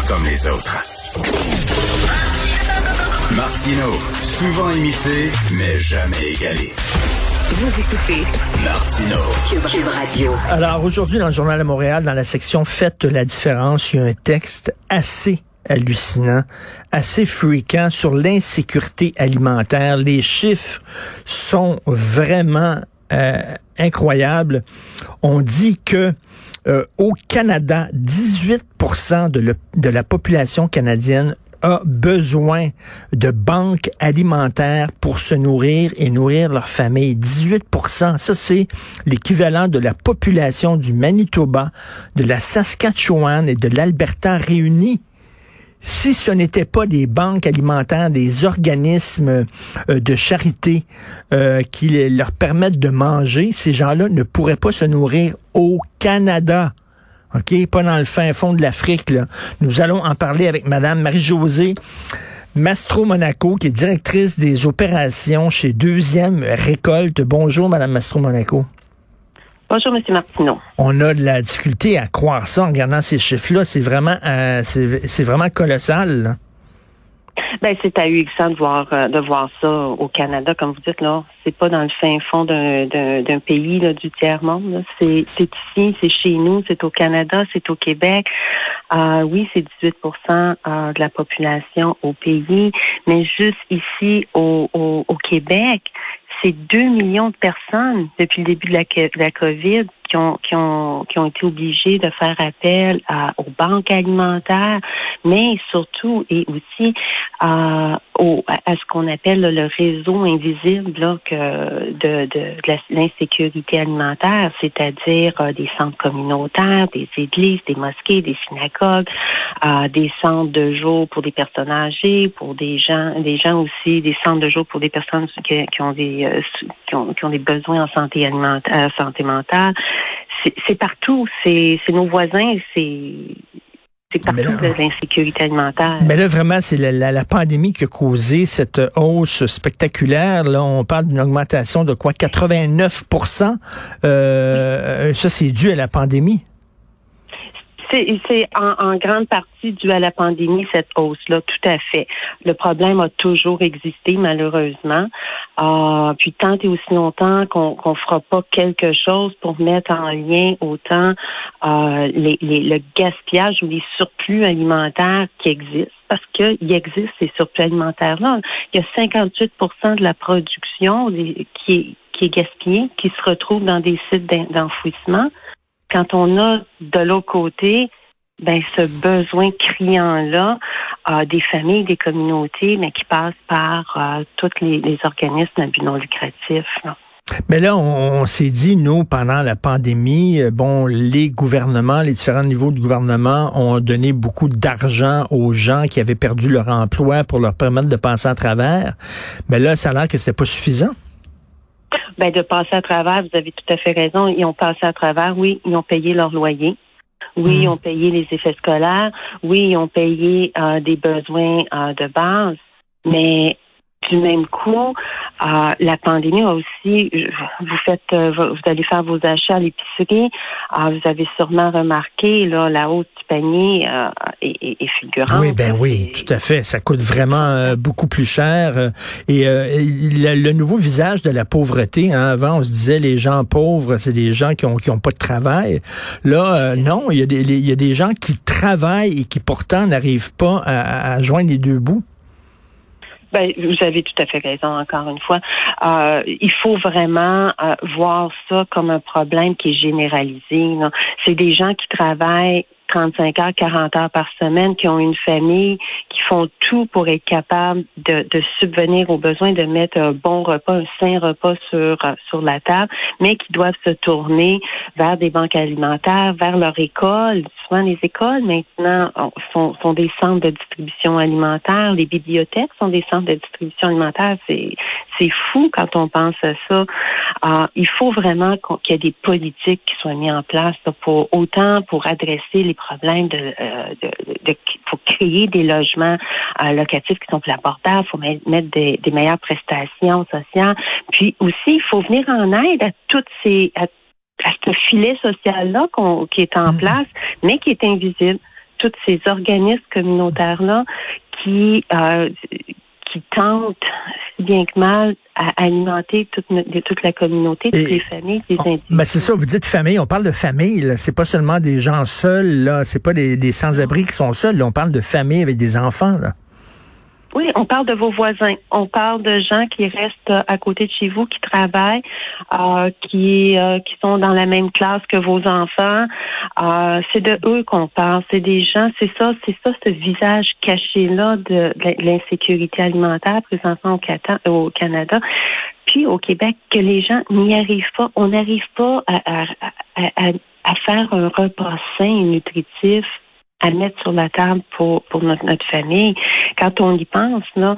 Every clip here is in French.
comme les autres. Martino, souvent imité, mais jamais égalé. Vous écoutez Martino, Cube Radio. Alors aujourd'hui, dans le Journal de Montréal, dans la section Faites la différence, il y a un texte assez hallucinant, assez freakant sur l'insécurité alimentaire. Les chiffres sont vraiment incroyables. On dit que au Canada, 18% de la population canadienne a besoin de banques alimentaires pour se nourrir et nourrir leur famille. 18%, ça c'est l'équivalent de la population du Manitoba, de la Saskatchewan et de l'Alberta réunis. Si ce n'était pas des banques alimentaires, des organismes de charité qui leur permettent de manger, ces gens-là ne pourraient pas se nourrir au Canada. OK? Pas dans le fin fond de l'Afrique, là. Nous allons en parler avec Madame Marie-Josée Mastro-Monaco, qui est directrice des opérations chez Deuxième Récolte. Bonjour, Madame Mastro-Monaco. Bonjour, M. Martineau. On a de la difficulté à croire ça en regardant ces chiffres-là. C'est vraiment colossal, là. Ben, c'est ahurissant de voir ça au Canada, comme vous dites, là. C'est pas dans le fin fond d'un pays, là, du tiers-monde, là. C'est ici, c'est chez nous, c'est au Canada, c'est au Québec. Oui, c'est 18% de la population au pays, mais juste ici, au Québec, c'est 2 millions de personnes depuis le début de la COVID qui ont été obligés de faire appel aux banques alimentaires, mais surtout et aussi à ce qu'on appelle là, le réseau invisible là, de l'insécurité alimentaire, c'est-à-dire des centres communautaires, des églises, des mosquées, des synagogues, des centres de jour pour des personnes âgées, pour des gens aussi, des centres de jour pour des personnes qui ont des besoins en santé alimentaire, santé mentale. C'est partout, c'est nos voisins, c'est partout de l'insécurité alimentaire. Mais là, vraiment, c'est la pandémie qui a causé cette hausse spectaculaire. Là, on parle d'une augmentation de quoi? 89%. Ça, c'est dû à la pandémie. C'est en grande partie dû à la pandémie, cette hausse-là, tout à fait. Le problème a toujours existé, malheureusement. Puis tant et aussi longtemps qu'on fera pas quelque chose pour mettre en lien autant le gaspillage ou les surplus alimentaires qui existent, parce qu'il existe ces surplus alimentaires-là. Il y a 58% de la production qui est gaspillée, qui se retrouve dans des sites d'enfouissement. Quand on a de l'autre côté, ben ce besoin criant-là, des familles, des communautés, mais qui passent par tous les organismes à but non lucratif. Là. Mais là, on s'est dit, nous, pendant la pandémie, les gouvernements, les différents niveaux de gouvernement ont donné beaucoup d'argent aux gens qui avaient perdu leur emploi pour leur permettre de passer à travers. Mais là, ça a l'air que c'était pas suffisant. Ben, de passer à travers, vous avez tout à fait raison. Ils ont passé à travers, oui, ils ont payé leur loyer. Oui, ils ont payé les effets scolaires. Oui, ils ont payé des besoins de base. Mais du même coup, la pandémie a aussi, vous allez faire vos achats à l'épicerie. Vous avez sûrement remarqué, là, la hausse du panier est fulgurante. Oui, tout à fait. Ça coûte vraiment beaucoup plus cher. Le nouveau visage de la pauvreté, hein, avant, on se disait les gens pauvres, c'est des gens qui ont pas de travail. Là, non, il y a des gens qui travaillent et qui pourtant n'arrivent pas à joindre les deux bouts. Ben, vous avez tout à fait raison, encore une fois. Il faut vraiment voir ça comme un problème qui est généralisé. Là. C'est des gens qui travaillent 35 heures, 40 heures par semaine, qui ont une famille, qui font tout pour être capables de subvenir aux besoins, de mettre un bon repas, un sain repas sur la table, mais qui doivent se tourner vers des banques alimentaires, vers leur école. Souvent, les écoles, maintenant, sont des centres de distribution alimentaire. Les bibliothèques sont des centres de distribution alimentaire. C'est fou quand on pense à ça. Il faut vraiment qu'il y ait des politiques qui soient mises en place là, pour adresser les problèmes faut créer des logements locatifs qui sont plus abordables, il faut mettre des meilleures prestations sociales. Puis aussi, il faut venir en aide à toutes à ce filet social-là qui est en place, mais qui est invisible. tous ces organismes communautaires-là qui tentent, si bien que mal, à alimenter toute la communauté, toutes les familles, les individus. Ben c'est ça, vous dites famille, on parle de famille, là. C'est pas seulement des gens seuls, là. C'est pas des sans-abri qui sont seuls, là. On parle de famille avec des enfants, là. Oui, on parle de vos voisins. On parle de gens qui restent à côté de chez vous, qui travaillent, qui sont dans la même classe que vos enfants. C'est de eux qu'on parle. C'est des gens, c'est ça, ce visage caché-là de l'insécurité alimentaire présentement au Canada. Puis au Québec, que les gens n'y arrivent pas. On n'arrive pas à faire un repas sain et nutritif à mettre sur la table pour notre famille. Quand on y pense, là,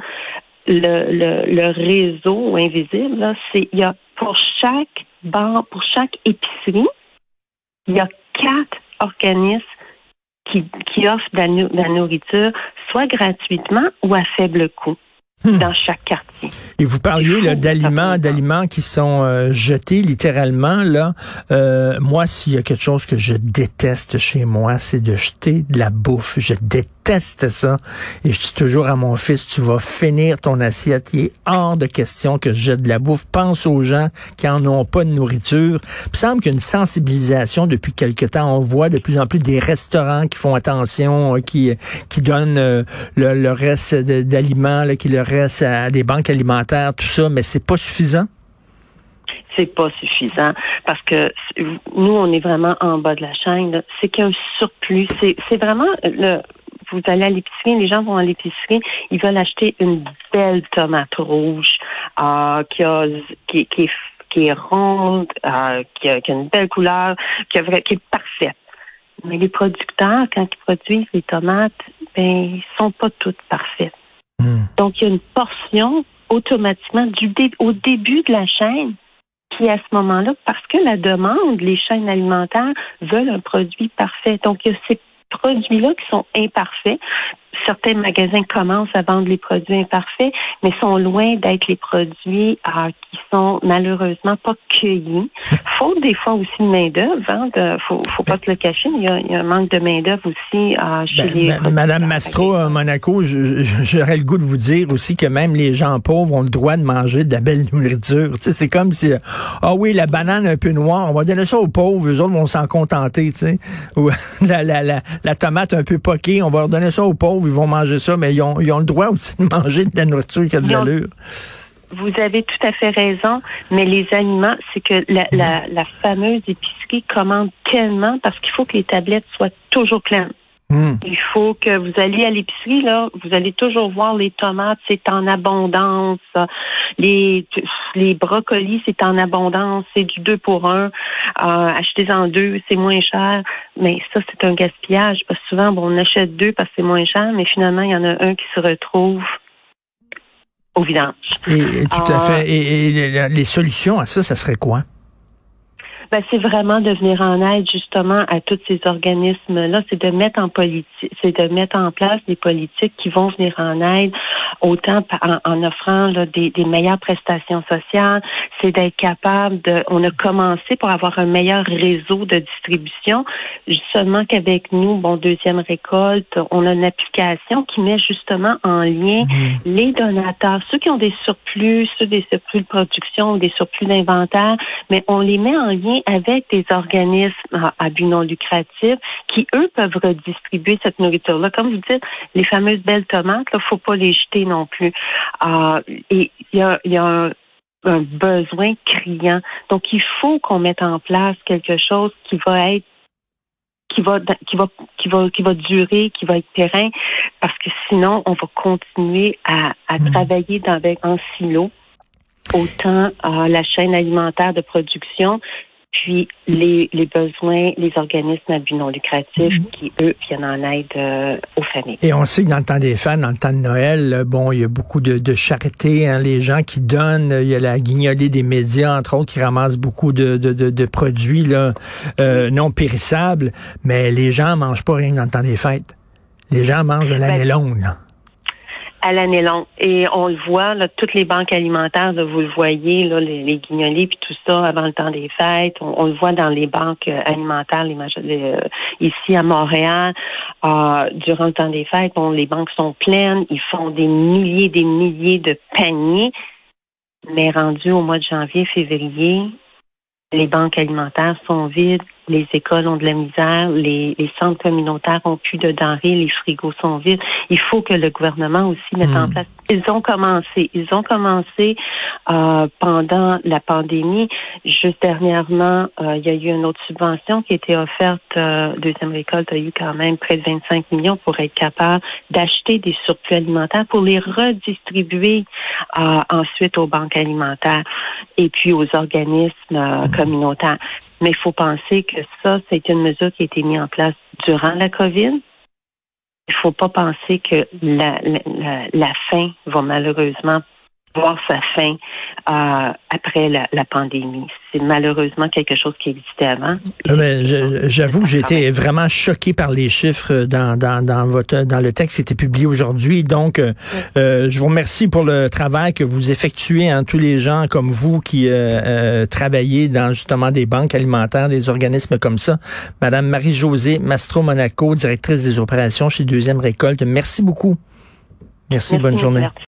le réseau invisible, là, il y a pour chaque bar, pour chaque épicerie, il y a 4 organismes qui offrent de la nourriture, soit gratuitement ou à faible coût. Dans chaque quartier. Et vous parliez là, d'aliments qui sont jetés littéralement là. Moi, s'il y a quelque chose que je déteste chez moi, c'est de jeter de la bouffe. Je déteste ça. Et je dis toujours à mon fils, tu vas finir ton assiette. Il est hors de question que je jette de la bouffe. Pense aux gens qui en ont pas de nourriture. Il me semble qu'il y a une sensibilisation depuis quelque temps. On voit de plus en plus des restaurants qui font attention, qui donnent le reste d'aliments, là, qui leur reste à des banques alimentaires, tout ça, mais c'est pas suffisant? C'est pas suffisant parce que nous, on est vraiment en bas de la chaîne. Là. C'est qu'il y a un surplus. C'est vraiment vous allez à l'épicerie, les gens vont à l'épicerie, ils veulent acheter une belle tomate rouge qui est ronde, qui a une belle couleur, qui est parfaite. Mais les producteurs, quand ils produisent les tomates, ils sont pas toutes parfaites. Donc, il y a une portion automatiquement au début de la chaîne qui, à ce moment-là, parce que la demande, les chaînes alimentaires veulent un produit parfait. Donc, il y a ces produits-là qui sont imparfaits. Certains magasins commencent à vendre les produits imparfaits, mais sont loin d'être les produits qui sont malheureusement pas cueillis. Faute des fois aussi de main-d'œuvre, hein, faut pas se le cacher, il y a un manque de main-d'œuvre aussi chez les producteurs. Madame Mastro à Monaco, j'aurais le goût de vous dire aussi que même les gens pauvres ont le droit de manger de la belle nourriture. Tu sais, c'est comme si oui, la banane un peu noire, on va donner ça aux pauvres, eux autres vont s'en contenter, tu sais. Ou la tomate un peu poquée, on va leur donner ça aux pauvres, ils vont manger ça, mais ils ont le droit aussi de manger de la nourriture qui a de l'allure. Vous avez tout à fait raison, mais les aliments, c'est que la fameuse épicerie commande tellement parce qu'il faut que les tablettes soient toujours pleines. Il faut que vous alliez à l'épicerie, là, vous allez toujours voir les tomates, c'est en abondance. Les brocolis, c'est en abondance, c'est du 2 pour 1. Achetez-en 2, c'est moins cher. Mais ça, c'est un gaspillage. Parce que souvent, on achète 2 parce que c'est moins cher, mais finalement, il y en a un qui se retrouve au vidange. Et tout à fait. Et les solutions à ça serait quoi? C'est vraiment de venir en aide justement à tous ces organismes-là, c'est de mettre en place des politiques qui vont venir en aide, autant en offrant là, des meilleures prestations sociales, c'est d'être capable on a commencé pour avoir un meilleur réseau de distribution, seulement qu'avec nous, deuxième récolte, on a une application qui met justement en lien les donateurs, ceux qui ont des surplus de production, des surplus d'inventaire, mais on les met en lien avec des organismes à but non lucratif qui, eux, peuvent redistribuer cette nourriture-là. Comme vous dites, les fameuses belles tomates, il ne faut pas les jeter non plus. Et il y a un besoin criant. Donc, il faut qu'on mette en place quelque chose qui va durer, qui va être périn, parce que sinon, on va continuer à travailler en silo, autant la chaîne alimentaire de production, puis les besoins, les organismes à but non lucratif qui, eux, viennent en aide aux familles. Et on sait que dans le temps des fêtes, dans le temps de Noël, il y a beaucoup de charité, hein, les gens qui donnent, il y a la guignolée des médias, entre autres, qui ramassent beaucoup de produits là, non périssables, mais les gens mangent pas rien que dans le temps des fêtes. Les gens mangent de l'année longue, là. À l'année longue. Et on le voit, là, toutes les banques alimentaires, là, vous le voyez, là, les guignolés puis tout ça avant le temps des fêtes. On le voit dans les banques alimentaires, ici à Montréal. Durant le temps des fêtes, les banques sont pleines. Ils font des milliers de paniers. Mais rendus au mois de janvier, février, les banques alimentaires sont vides. Les écoles ont de la misère, les centres communautaires ont plus de denrées, les frigos sont vides. Il faut que le gouvernement aussi mette en place. Ils ont commencé pendant la pandémie. Juste dernièrement, il y a eu une autre subvention qui a été offerte. Deuxième récolte a eu quand même près de 25 millions pour être capable d'acheter des surplus alimentaires pour les redistribuer ensuite aux banques alimentaires et puis aux organismes communautaires. Mais il faut penser que ça, c'est une mesure qui a été mise en place durant la COVID. Il faut pas penser que la fin va malheureusement voir sa fin après la pandémie. C'est malheureusement quelque chose qui existait avant. J'avoue que j'ai été vraiment choqué par les chiffres dans le texte qui était publié aujourd'hui. Donc, je vous remercie pour le travail que vous effectuez, tous les gens comme vous qui travaillez dans justement des banques alimentaires, des organismes comme ça. Madame Marie-Josée Mastro-Monaco, directrice des opérations chez Deuxième Récolte. Merci beaucoup. Merci, bonne journée. Merci.